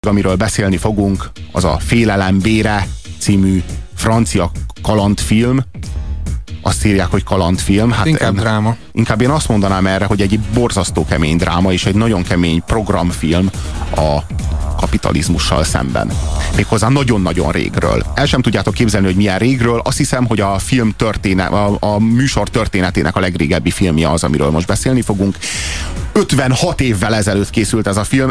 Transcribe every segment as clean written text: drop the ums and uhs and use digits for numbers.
Amiről beszélni fogunk, az a Félelem bére című francia kalandfilm. Azt írják, hogy kalandfilm. Hát inkább dráma. Inkább én azt mondanám erre, hogy egy borzasztó kemény dráma és egy nagyon kemény programfilm a kapitalizmussal szemben. Méghozzá nagyon-nagyon régről. El sem tudjátok képzelni, hogy milyen régről. Azt hiszem, hogy a film a műsor történetének a legrégebbi filmje az, amiről most beszélni fogunk. 56 évvel ezelőtt készült ez a film,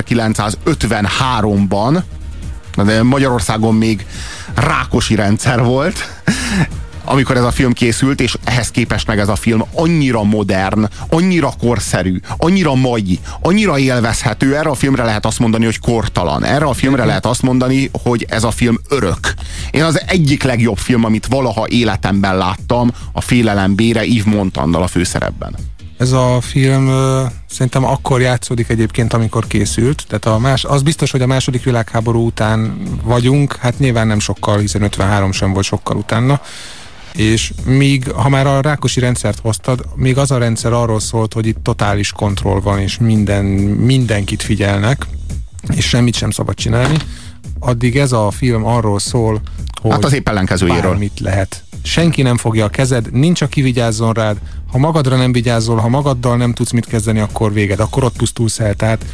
1953-ban, de Magyarországon még Rákosi rendszer volt, amikor ez a film készült, és ehhez képest meg ez a film annyira modern, annyira korszerű, annyira mai, annyira élvezhető. Erre a filmre lehet azt mondani, hogy kortalan. Erre a filmre lehet azt mondani, hogy ez a film örök. Én az egyik legjobb film, amit valaha életemben láttam, a Félelem bére, Yves Montandal a főszerepben. Ez a film szerintem akkor játszódik egyébként, amikor készült. Tehát az biztos, hogy a második világháború után vagyunk, hát nyilván nem sokkal, hiszen 53 sem volt sokkal utána. És míg, ha már a Rákosi rendszert hoztad, még az a rendszer arról szólt, hogy itt totális kontroll van, és mindenkit figyelnek, és semmit sem szabad csinálni, addig ez a film arról szól, hogy hát az épp ellenkezőjéről. Bármit lehet. Senki nem fogja a kezed, nincs, aki vigyázzon rád, ha magadra nem vigyázol, ha magaddal nem tudsz mit kezdeni, akkor véged, akkor ott pusztulsz el. Tehát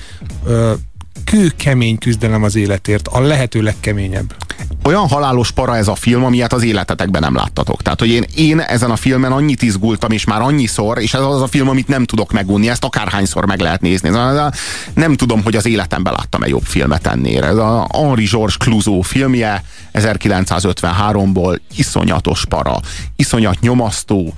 kőkemény küzdelem az életért, a lehető legkeményebb. Olyan halálos para ez a film, amilyet az életetekben nem láttatok. Tehát, hogy én ezen a filmen annyit izgultam, és már annyiszor, és ez az a film, amit nem tudok megunni, ezt akárhányszor meg lehet nézni. Nem tudom, hogy az életemben láttam egy jobb filmet ennél. Ez a Henri-Georges Clouzot filmje 1953-ból, iszonyatos para, iszonyat nyomasztó,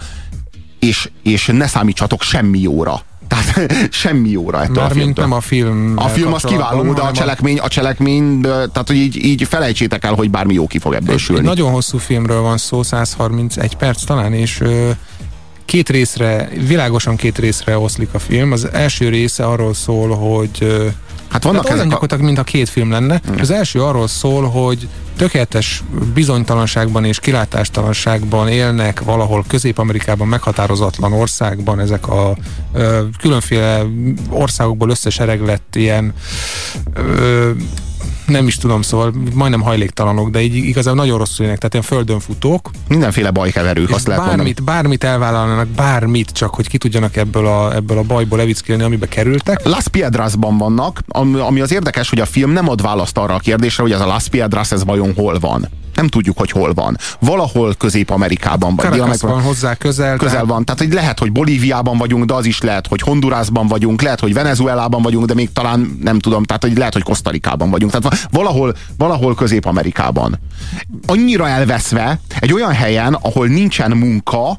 és ne számítsatok semmi jóra. Tehát semmi jóra ettől a filmtől. Nem a film. A film az kiváló, de a cselekmény, tehát hogy így felejtsétek el, hogy bármi jó ki fog ebből sülni. Egy nagyon hosszú filmről van szó, 131 perc talán, és világosan két részre oszlik a film. Az első része arról szól, hogy hát vannak olyan gyakorlatilag, mintha két film lenne. Az első arról szól, hogy tökéletes bizonytalanságban és kilátástalanságban élnek valahol Közép-Amerikában, meghatározatlan országban ezek a különféle országokból összesereglett ilyen nem is tudom, szóval majdnem hajléktalanok, de így igazából nagyon rosszul élnek, tehát ilyen földön futók. Mindenféle bajkeverők, azt lehet mondani. Bármit elvállalnak, bármit, csak hogy ki tudjanak ebből a bajból levickélni, amibe kerültek. Las Piedrasban vannak, ami az érdekes, hogy a film nem ad választ arra a kérdésre, hogy ez a Las Piedras, ez vajon hol van. Nem tudjuk, hogy hol van. Valahol Közép-Amerikában van. Caracas van hozzá közel. Közel van. Tehát hogy lehet, hogy Bolíviában vagyunk, de az is lehet, hogy Hondurasban vagyunk, lehet, hogy Venezuelában vagyunk, de még talán nem tudom, tehát hogy lehet, hogy Kosztarikában vagyunk. Tehát valahol Közép-Amerikában. Annyira elveszve, egy olyan helyen, ahol nincsen munka,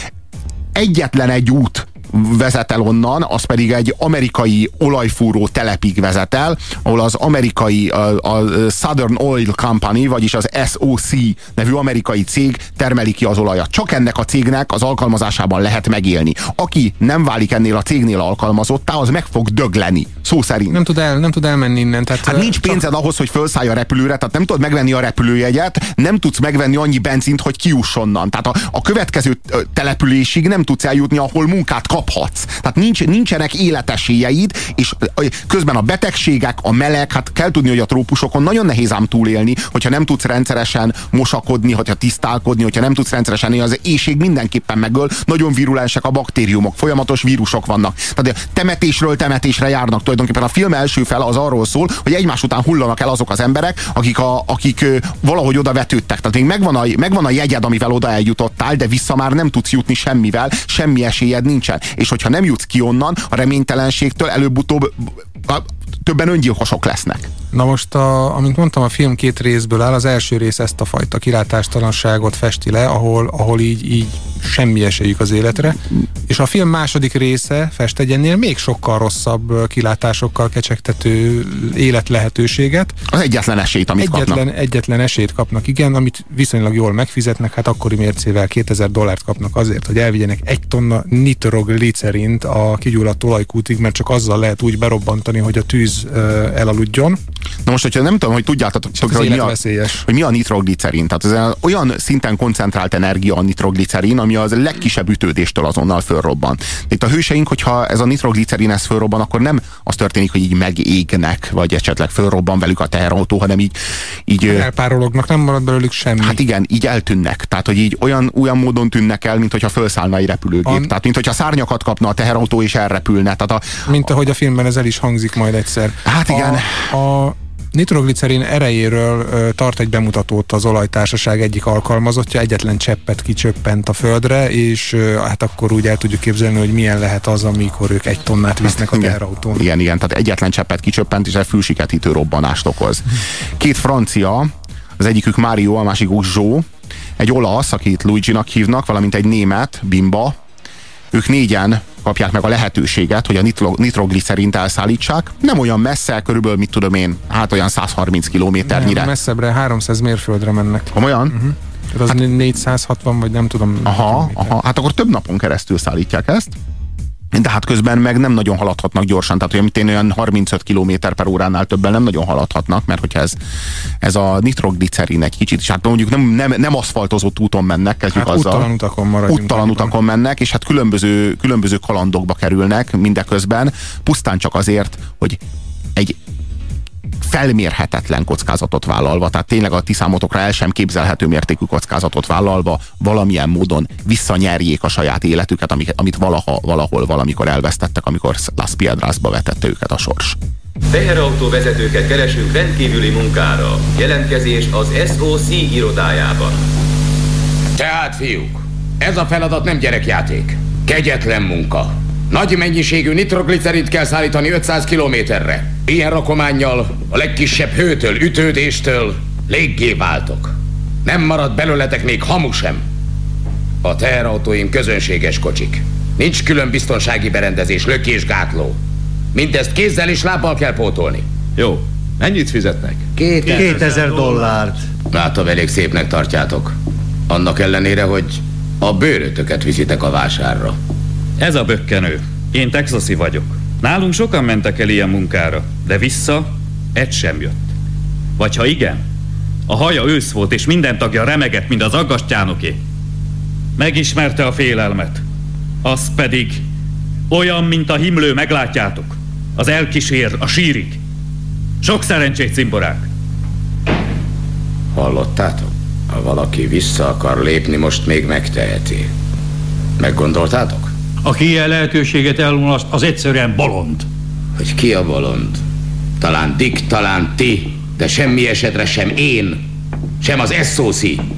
egyetlen egy út vezet el onnan, az pedig egy amerikai olajfúró telepig vezet el, ahol az amerikai a Southern Oil Company, vagyis az SOC nevű amerikai cég termeli ki az olajat. Csak ennek a cégnek az alkalmazásában lehet megélni. Aki nem válik ennél a cégnél alkalmazottá, az meg fog dögleni. Szó szerint. Nem tud elmenni innen. Tehát, hát nincs pénzed ahhoz, hogy felszállj a repülőre, tehát nem tudod megvenni a repülőjegyet, nem tudsz megvenni annyi benzint, hogy kijuss onnan. Tehát a következő településig nem tudsz eljutni, ahol munkát kaphatsz. Tehát nincsenek életesélyeid, és közben a betegségek, a meleg, hát kell tudni, hogy a trópusokon nagyon nehéz ám túlélni, hogyha nem tudsz rendszeresen mosakodni, hogyha tisztálkodni, hogyha nem tudsz rendszeresen élni, az éhség mindenképpen megöl, nagyon virulensek a baktériumok, folyamatos vírusok vannak. Tehát temetésről temetésre járnak tulajdonképpen. A film első fele az arról szól, hogy egymás után hullanak el azok az emberek, akik valahogy oda vetődtek. Tehát még megvan a jegyed, amivel oda eljutottál, de vissza már nem tudsz jutni semmivel, semmi esélyed nincsen. És hogyha nem jutsz ki onnan, a reménytelenségtől előbb-utóbb többen öngyilkosok lesznek. Na most, amint mondtam, a film két részből áll. Az első rész ezt a fajta kilátástalanságot festi le, ahol így semmi esélyük az életre. És a film második része fest egy ennél még sokkal rosszabb kilátásokkal kecsegtető életlehetőséget. Az egyetlen esélyt, amit kapnak. Egyetlen esélyt kapnak, igen, amit viszonylag jól megfizetnek, hát akkori mércével $2000 kapnak azért, hogy elvigyenek 1 tonna nitroglicerint a kigyulladt olajkútig, mert csak azzal lehet úgy berobbantani, hogy a tűz elaludjon. Na most, hogyha nem tudom, hogy tudjátok, hogy mi a nitroglicerin. Tehát ez olyan szinten koncentrált energia a nitroglicerin, ami az legkisebb ütődéstől azonnal fölrobban. Itt a hőseink, hogyha ez a nitroglicerin ez fölrobban, akkor nem az történik, hogy így megégnek, vagy esetleg fölrobban velük a teherautó, hanem így elpárolognak, nem marad belőlük semmi. Hát igen, így eltűnnek. Tehát, hogy így olyan módon tűnnek el, mint hogyha felszállna egy repülőgép. Tehát, mint hogyha szárnyakat kapna a teherautó és elrepülne. Tehát mint ahogy a filmben ez el is hangzik majd egyszer. Hát igen. A nitroglicerin erejéről tart egy bemutatót az olajtársaság egyik alkalmazottja, egyetlen cseppet kicsöppent a földre, és hát akkor úgy el tudjuk képzelni, hogy milyen lehet az, amikor ők 1 tonnát visznek a teherautón. Igen, tehát egyetlen cseppet kicsöppent, és egy fülsiketítő robbanást okoz. 2 francia, az egyikük Mário, a másikuk Zsó, egy olasz, akit Luigi-nak hívnak, valamint egy német, Bimba. Ők 4-en kapják meg a lehetőséget, hogy a nitroglicerint elszállítsák. Nem olyan messze, körülbelül, mit tudom én, hát olyan 130 kilométernyire. Nem, messzebbre, 300 mérföldre mennek. Komolyan? Az hát, 460, vagy nem tudom. Aha, hát akkor több napon keresztül szállítják ezt. De hát közben meg nem nagyon haladhatnak gyorsan, tehát olyan 35 km/óránál többen nem nagyon haladhatnak, mert hogyha ez a nitroglicerin egy kicsit, és hát mondjuk nem aszfaltozott úton mennek, kezdjük hát azzal. Úttalan utakon maradjunk. Úttalan utakon mennek, és hát különböző kalandokba kerülnek mindeközben, pusztán csak azért, hogy egy felmérhetetlen kockázatot vállalva, tehát tényleg a ti számotokra el sem képzelhető mértékű kockázatot vállalva valamilyen módon visszanyerjék a saját életüket, amit valahol valamikor elvesztettek, amikor Las Piedrasba vetette őket a sors. Teherautó vezetőket keresünk rendkívüli munkára. Jelentkezés az SOC irodájában. Tehát, fiúk, ez a feladat nem gyerekjáték. Kegyetlen munka. Nagy mennyiségű nitroglicerint kell szállítani 500 kilométerre. Ilyen rakománnyal, a legkisebb hőtől, ütődéstől léggé váltok. Nem marad belőletek még hamu sem. A teherautóim közönséges kocsik. Nincs külön biztonsági berendezés, lökésgátló. Mindezt kézzel és lábbal kell pótolni. Jó. Mennyit fizetnek? 2000 dollárt. Látom, elég szépnek tartjátok. Annak ellenére, hogy a bőrötöket viszitek a vásárra. Ez a bökkenő. Én texasi vagyok. Nálunk sokan mentek el ilyen munkára, de vissza egy sem jött. Vagy ha igen, a haja ősz volt, és minden tagja remegett, mint az aggastyánoké. Megismerte a félelmet. Az pedig olyan, mint a himlő, meglátjátok. Az elkísér a sírig. Sok szerencsét, cimborák! Hallottátok? Ha valaki vissza akar lépni, most még megteheti. Meggondoltátok? Aki ilyen lehetőséget elmulaszt, az egyszerűen bolond. Hogy ki a bolond? Talán Dick, talán ti, de semmi esetre sem én, sem az SOC.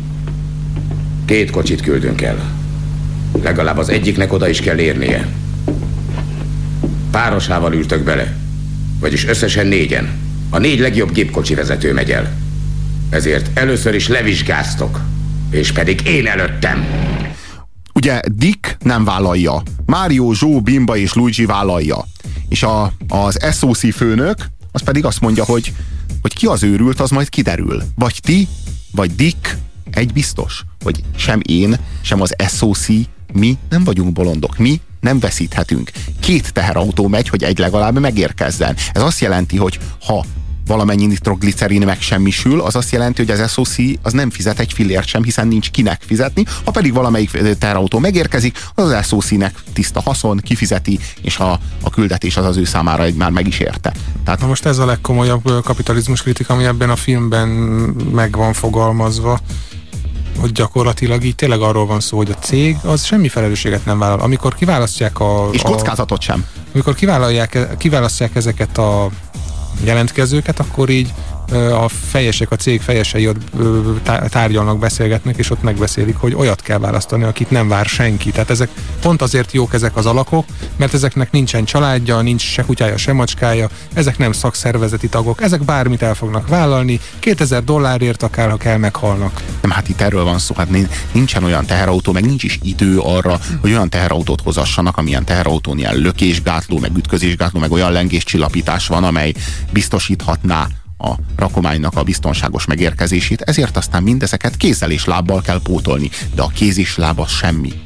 2 kocsit küldünk el. Legalább az egyiknek oda is kell érnie. Párosával ültök bele, vagyis összesen 4-en. A 4 legjobb gépkocsi vezető megy el. Ezért először is levizsgáztok, és pedig én előttem. Ugye Dick nem vállalja. Mário, Zsó, Bimba és Luigi vállalja. És az SOC főnök az pedig azt mondja, hogy ki az őrült, az majd kiderül. Vagy ti, vagy Dick, egy biztos, hogy sem én, sem az SOC, mi nem vagyunk bolondok. Mi nem veszíthetünk. 2 teherautó megy, hogy egy legalább megérkezzen. Ez azt jelenti, hogy ha valamennyi nitroglicerin megsemmisül, az azt jelenti, hogy az SOC az nem fizet egy fillért sem, hiszen nincs kinek fizetni, ha pedig valamelyik teherautó megérkezik, az SOC-nek tiszta haszon, kifizeti, és a küldetés az ő számára már meg is érte. Tehát na most ez a legkomolyabb kapitalizmus kritika, ami ebben a filmben meg van fogalmazva, hogy gyakorlatilag így tényleg arról van szó, hogy a cég az semmi felelősséget nem vállal. Amikor kiválasztják és kockázatot sem. Amikor kiválasztják ezeket a jelentkezőket, akkor így a fejesek, a cég fejesei ott tárgyalnak, beszélgetnek, és ott megbeszélik, hogy olyat kell választani, akit nem vár senki. Tehát ezek pont azért jók ezek az alakok, mert ezeknek nincsen családja, nincs se kutyája, se macskája, ezek nem szakszervezeti tagok, ezek bármit el fognak vállalni, 2000 dollárért akár, ha kell, meghalnak. Nem, hát itt erről van szó, hát nincsen olyan teherautó, meg nincs is idő arra, hogy olyan teherautót hozassanak, amilyen teherautón ilyen lökésgátló, meg ütközésgátló, meg olyan lengéscsillapítás van, amely biztosíthatná a rakománynak a biztonságos megérkezését, ezért aztán mindezeket kézzel és lábbal kell pótolni, de a kéz és láb az semmi.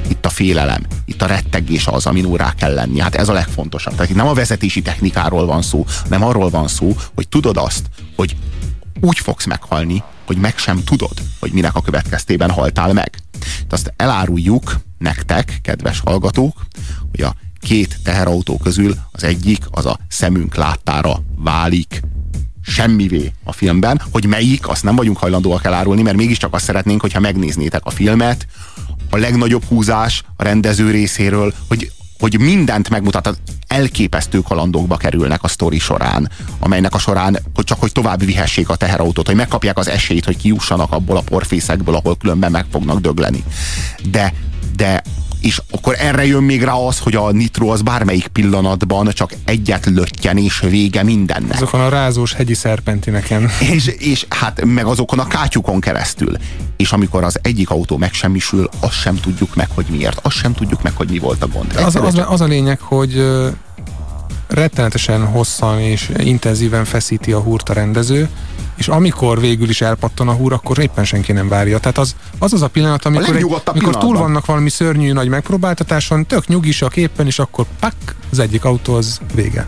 itt a félelem, itt a rettegés az, amin rá kell lenni. Hát ez a legfontosabb. Tehát itt nem a vezetési technikáról van szó, hanem arról van szó, hogy tudod azt, hogy úgy fogsz meghalni, hogy meg sem tudod, hogy minek a következtében haltál meg. Azt eláruljuk nektek, kedves hallgatók, hogy a két teherautó közül az egyik az a szemünk láttára válik semmivé a filmben. Hogy melyik, azt nem vagyunk hajlandóak elárulni, mert mégiscsak azt szeretnénk, hogyha megnéznétek a filmet. A legnagyobb húzás a rendező részéről, hogy mindent megmutat, elképesztő kalandokba kerülnek a sztori során, amelynek a során hogy tovább vihessék a teherautót, hogy megkapják az esélyt, hogy kijussanak abból a porfészekből, ahol különben meg fognak dögleni. De és akkor erre jön még rá az, hogy a nitro az bármelyik pillanatban csak egyet löttyen, és vége mindennek. Azokon a rázós hegyi szerpentineken. És hát meg azokon a kátyukon keresztül. És amikor az egyik autó megsemmisül, azt sem tudjuk meg, hogy miért. Azt sem tudjuk meg, hogy mi volt a gond. Az a lényeg, hogy rettenetesen hosszan és intenzíven feszíti a húrt a rendező, és amikor végül is elpattan a húr, akkor éppen senki nem várja. Tehát az a pillanat, amikor túl vannak valami szörnyű nagy megpróbáltatáson, tök nyugisak éppen, és akkor pak, az egyik autó az vége.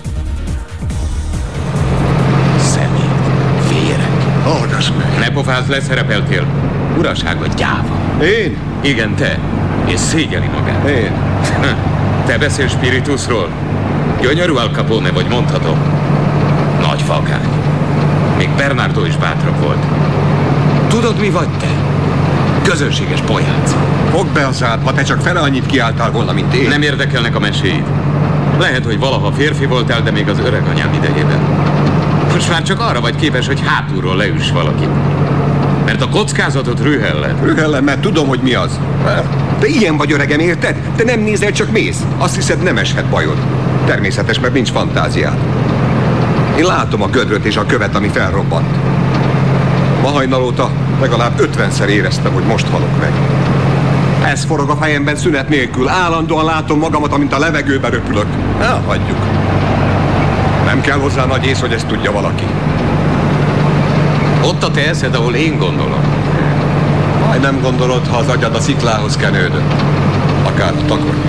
Szemét, vérek. Hallgass meg! Ne pofázz, leszerepeltél. Uraságot, gyáva. Én? Igen, te. És szégyeli magát. Én? Te beszél spiritusról? Gyönyörű Al Capone vagy, mondhatom. Nagy vagány. Még Bernardo is bátrabb volt. Tudod, mi vagy te? Közönséges polyánc. Fogd be a szád, ha te csak fele annyit kiálltál volna, mint én. Nem érdekelnek a meséid. Lehet, hogy valaha férfi voltál, de még az öreg anyám idejében. Most már csak arra vagy képes, hogy hátulról leüss valakit. Mert a kockázatot rühelled. Rühellem, mert tudom, hogy mi az. De ilyen vagy, öregem, érted? Te nem nézel, csak mész. Azt hiszed, nem eshet bajod. Természetes, mert nincs fantáziád. Én látom a gödröt és a követ, ami felrobbant. Ma hajnal óta legalább 50-szer éreztem, hogy most halok meg. Ez forog a fejemben szünet nélkül. Állandóan látom magamat, amint a levegőbe röpülök. Elhagyjuk. Nem kell hozzá nagy ész, hogy ezt tudja valaki. Ott a te eszed, ahol én gondolom. Majd nem gondolod, ha az agyad a sziklához kenődött. Akár takarni.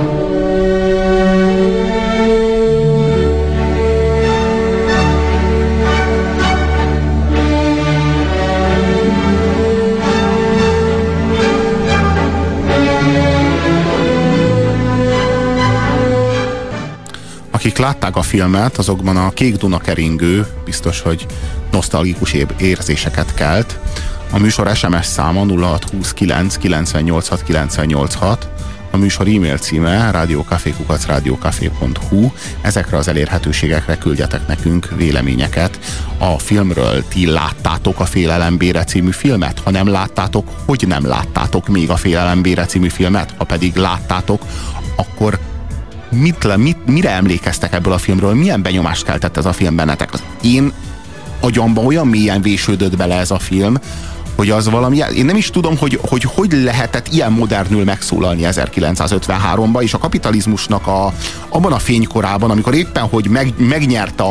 Akik látták a filmet, azokban a Kék Duna keringő biztos, hogy nosztalgikus érzéseket kelt. A műsor SMS száma 0629 986 986, a műsor e-mail címe radiocafé@radiocafé.hu. Ezekre az elérhetőségekre küldjetek nekünk véleményeket. A filmről ti láttátok a Félelembére című filmet? Ha nem láttátok, hogy nem láttátok még a Félelembére című filmet? Ha pedig láttátok, akkor mire emlékeztek ebből a filmről? Milyen benyomást keltett ez a film bennetek? Az én agyamba olyan mélyen vésődött bele ez a film, hogy az valami... Én nem is tudom, hogy lehetett ilyen modernül megszólalni 1953-ban, és a kapitalizmusnak abban a fénykorában, amikor éppen, hogy megnyerte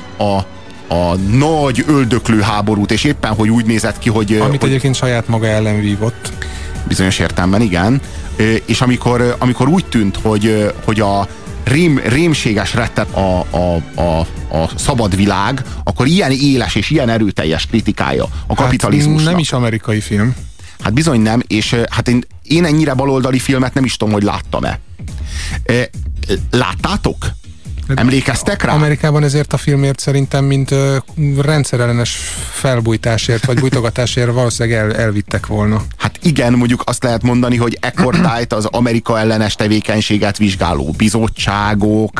a nagy öldöklő háborút, és éppen, hogy úgy nézett ki, hogy... Amit egyébként saját maga ellen vívott. Bizonyos értelemben, igen. És amikor úgy tűnt, hogy a rémséges rettet a szabad világ, akkor ilyen éles és ilyen erőteljes kritikája a kapitalizmusnak. Hát nem is amerikai film. Hát bizony nem, és hát én ennyire baloldali filmet nem is tudom, hogy láttam-e. Láttátok? Emlékeztek rá? Amerikában ezért a filmért szerintem, mint rendszerellenes felbújtásért, vagy bújtogatásért valószínűleg elvittek volna. Hát igen, mondjuk azt lehet mondani, hogy ekkortájt az Amerika ellenes tevékenységet vizsgáló bizottságok,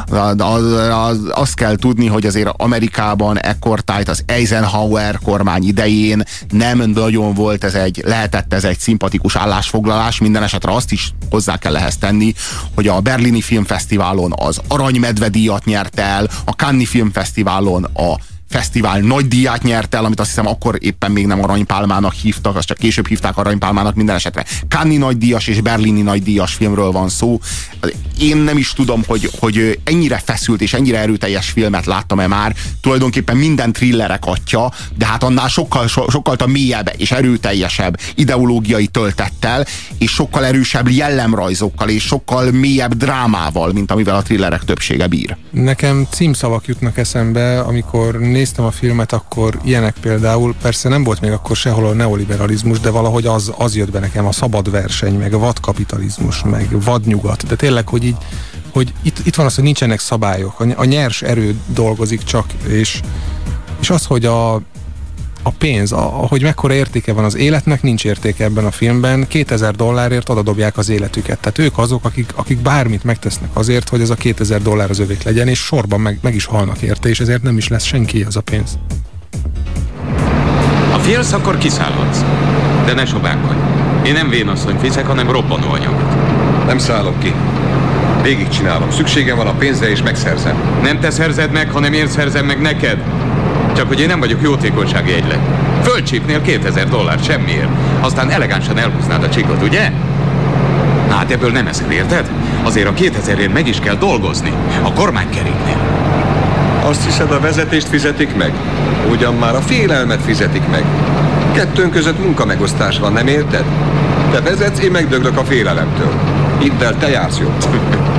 azt kell tudni, hogy azért Amerikában ekkortájt az Eisenhower kormány idején nem nagyon volt lehetett ez egy szimpatikus állásfoglalás, minden esetre azt is hozzá kell ehhez tenni, hogy a Berlini Filmfesztiválon az Aranymedve díjat nyert el, a Cannes-i Filmfesztiválon a Fesztivál nagy díját nyert el, amit azt hiszem akkor éppen még nem aranypálmának hívtak, azt csak később hívták aranypálmának, minden esetre Cannes-i nagydíjas és berlini nagydíjas filmről van szó. Én nem is tudom, hogy ennyire feszült és ennyire erőteljes filmet láttam-e már. Tulajdonképpen minden thrillerek atya, de hát annál sokkal mélyebb és erőteljesebb ideológiai töltettel, és sokkal erősebb jellemrajzokkal, és sokkal mélyebb drámával, mint amivel a thrillerek többsége bír. Nekem címszavak jutnak eszembe, amikor néztem a filmet, akkor ilyenek például, persze nem volt még akkor sehol a neoliberalizmus, de valahogy az jött be nekem, a szabad verseny, meg a vadkapitalizmus, meg vadnyugat, de tényleg, hogy itt van az, hogy nincsenek szabályok, a nyers erő dolgozik csak, és az, hogy a pénz, hogy mekkora értéke van az életnek, nincs értéke ebben a filmben. $2000 odadobják az életüket. Tehát ők azok, akik bármit megtesznek azért, hogy ez a $2000 az övék legyen, és sorban meg is halnak érte, és ezért nem is lesz senki az a pénz. Ha félsz, akkor kiszállhatsz. De ne sobánkodj. Én nem vénasszony fiszek, hanem robbanóanyagot. Nem szállok ki. Végigcsinálom. Szükségem van a pénzre, és megszerzem. Nem te szerzed meg, hanem én szerzem meg neked. Csak hogy én nem vagyok jótékonysági egylet. Földcsípnél $2000 semmiért. Aztán elegánsan elhúznád a csikot, ugye? Hát ebből nem eszel, érted? Azért a 2000-ért meg is kell dolgozni. A kormánykeréknél. Azt hiszed, a vezetést fizetik meg? Ugyan már a félelmet fizetik meg. Kettőnk között munkamegosztás van, nem érted? Te vezetsz, én megdöglök a félelemtől. Hidd el, te jársz jobb.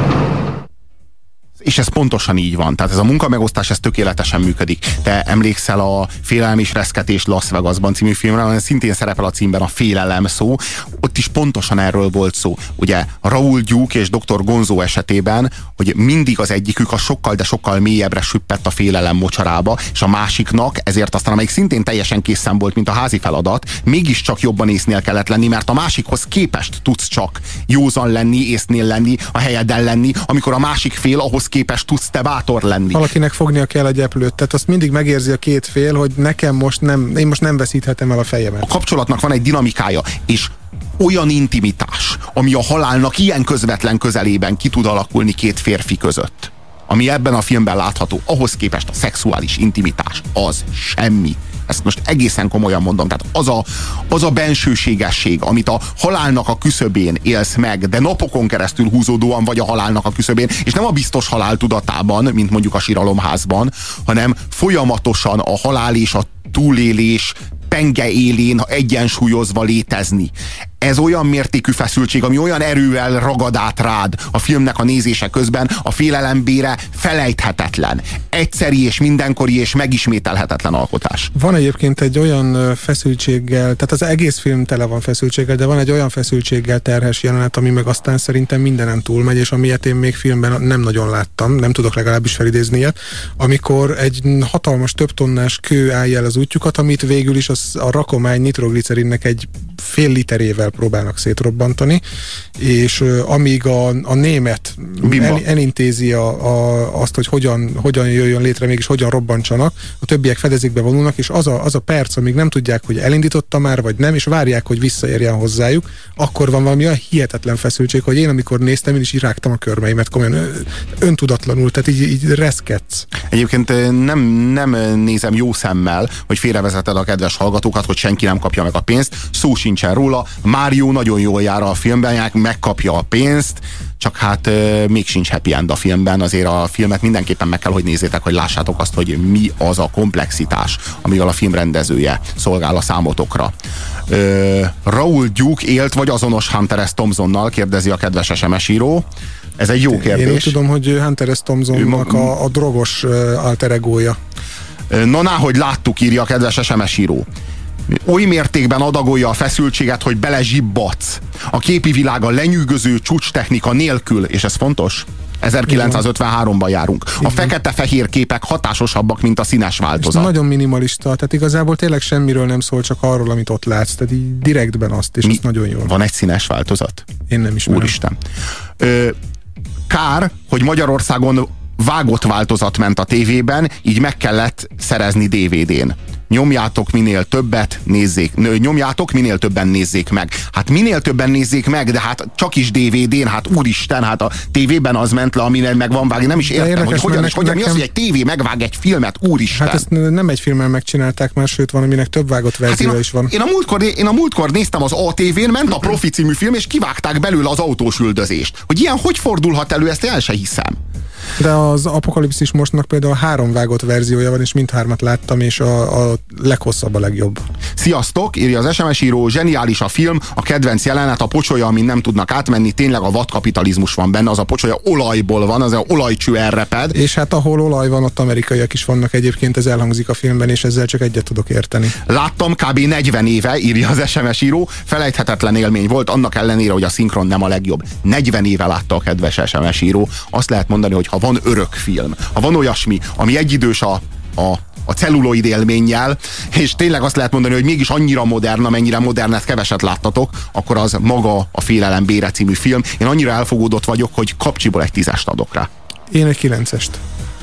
És ez pontosan így van. Tehát ez a munkamegosztás, ez tökéletesen működik. Te emlékszel a Félelem és reszketés Las Vegasban című filmre, amely szintén szerepel a címben a félelem szó. Ott is pontosan erről volt szó. Ugye Raoul Duke és Dr. Gonzo esetében, hogy mindig az egyikük a sokkal, de sokkal mélyebbre süppett a félelem mocsarába, és a másiknak ezért aztán, amelyik szintén teljesen készen volt, mint a házi feladat, mégiscsak jobban észnél kellett lenni, mert a másikhoz képest tudsz csak józan lenni, észnél lenni, a helyeden lenni, amikor a másik fél ahhoz képest tudsz te bátor lenni. Valakinek fognia kell a gyeplőt, tehát azt mindig megérzi a két fél, hogy nekem most nem, én most nem veszíthetem el a fejemet. A kapcsolatnak van egy dinamikája, és olyan intimitás, ami a halálnak ilyen közvetlen közelében ki tud alakulni két férfi között, ami ebben a filmben látható, ahhoz képest a szexuális intimitás az semmi. Ezt most egészen komolyan mondom. Tehát az a bensőségesség, amit a halálnak a küszöbén élsz meg, de napokon keresztül húzódóan vagy a halálnak a küszöbén, és nem a biztos halál tudatában, mint mondjuk a síralomházban, hanem folyamatosan a halál és a túlélés penge élén egyensúlyozva létezni. Ez olyan mértékű feszültség, ami olyan erővel ragad át rád a filmnek a nézése közben, a félelembére felejthetetlen. Egyszeri és mindenkori és megismételhetetlen alkotás. Van egyébként egy olyan feszültséggel, tehát az egész film tele van feszültséggel, de van egy olyan feszültséggel terhes jelenet, ami meg aztán szerintem mindenen túlmegy, és amilyet én még filmben nem nagyon láttam, nem tudok legalábbis felidézni ilyet, amikor egy hatalmas több tonnás kő állja el az útjukat, amit végül is a rakomány nitroglicerinnek egy fél literével próbálnak szétrobbantani, és amíg a német elintézi azt, hogy hogyan jöjjön létre, mégis hogyan robbantsanak, a többiek fedezékbe vonulnak, és az a perc, amíg nem tudják, hogy elindította már, vagy nem, és várják, hogy visszaérjen hozzájuk, akkor van valami olyan hihetetlen feszültség, hogy én, amikor néztem, én is így rágtam a körmeimet, komolyan öntudatlanul, tehát így reszketsz. Egyébként nem nézem jó szemmel, hogy félrevezeted a kedves hallgatókat, hogy senki nem kapja meg a pénzt. Szó sincsen róla. Mário nagyon jól jár a filmben, megkapja a pénzt, csak hát még sincs happy end a filmben. Azért a filmet mindenképpen meg kell, hogy nézzétek, hogy lássátok azt, hogy mi az a komplexitás, amivel a film rendezője szolgál a számotokra. Raoul Duke élt vagy azonos Hunter S. Thompsonnal, kérdezi a kedves SMS író. Ez egy jó kérdés. Én úgy tudom, hogy Hunter S. Thompsonnak a drogos alter egója. Na, hogy láttuk, írja a kedves SMS író. Oly mértékben adagolja a feszültséget, hogy belezsibbadsz. A képi világ a lenyűgöző csúcstechnika nélkül, és ez fontos, 1953-ban járunk. A fekete-fehér képek hatásosabbak, mint a színes változat. És nagyon minimalista, tehát igazából tényleg semmiről nem szól, csak arról, amit ott látsz. Tehát így direktben azt, és az nagyon jó. Van egy színes változat? Én nem ismerem. Úristen. Kár, hogy Magyarországon vágott változat ment a tévében, így meg kellett szerezni DVD-n. Nyomjátok minél többet, nyomjátok, minél többen nézzék meg. Hát minél többen nézzék meg, de hát csak is DVD-n, hát úristen, hát a tévében az ment le, aminek meg van vágni. Nem is értem, hogy hogyan mi az, hogy egy tévé megvág egy filmet, úristen. Hát ezt nem egy filmmel megcsinálták már, sőt van, aminek több vágott verziója is van. Én a múltkor néztem az ATV-n, ment a Profi című film, és kivágták belőle az autós üldözést. Hogy ilyen hogy fordulhat elő, ezt el se hiszem. De az Apokalipszis mostnak például 3 vágott verziója van, és mindhármat láttam, és a leghosszabb a legjobb. Sziasztok, írja az SMS író, zseniális a film, a kedvenc jelenet, a pocsolya, amin nem tudnak átmenni, tényleg a vadkapitalizmus van benne, az a pocsolya olajból van, az olajcső elreped. És hát ahol olaj van, ott amerikaiak is vannak egyébként, ez elhangzik a filmben, és ezzel csak egyet tudok érteni. Láttam kb. 40 éve, írja az SMS író, felejthetetlen élmény volt, annak ellenére, hogy a szinkron nem a legjobb. 40 éve látta a kedves SMS író. Azt lehet mondani, hogy ha van örök film, ha van olyasmi, ami egyidős a celluloid élménnyel, és tényleg azt lehet mondani, hogy mégis annyira modern, amennyire modernet keveset láttatok, akkor az maga a Félelem bére című film. Én annyira elfogódott vagyok, hogy kapcsiból egy 10-est adok rá. Én egy 9-est.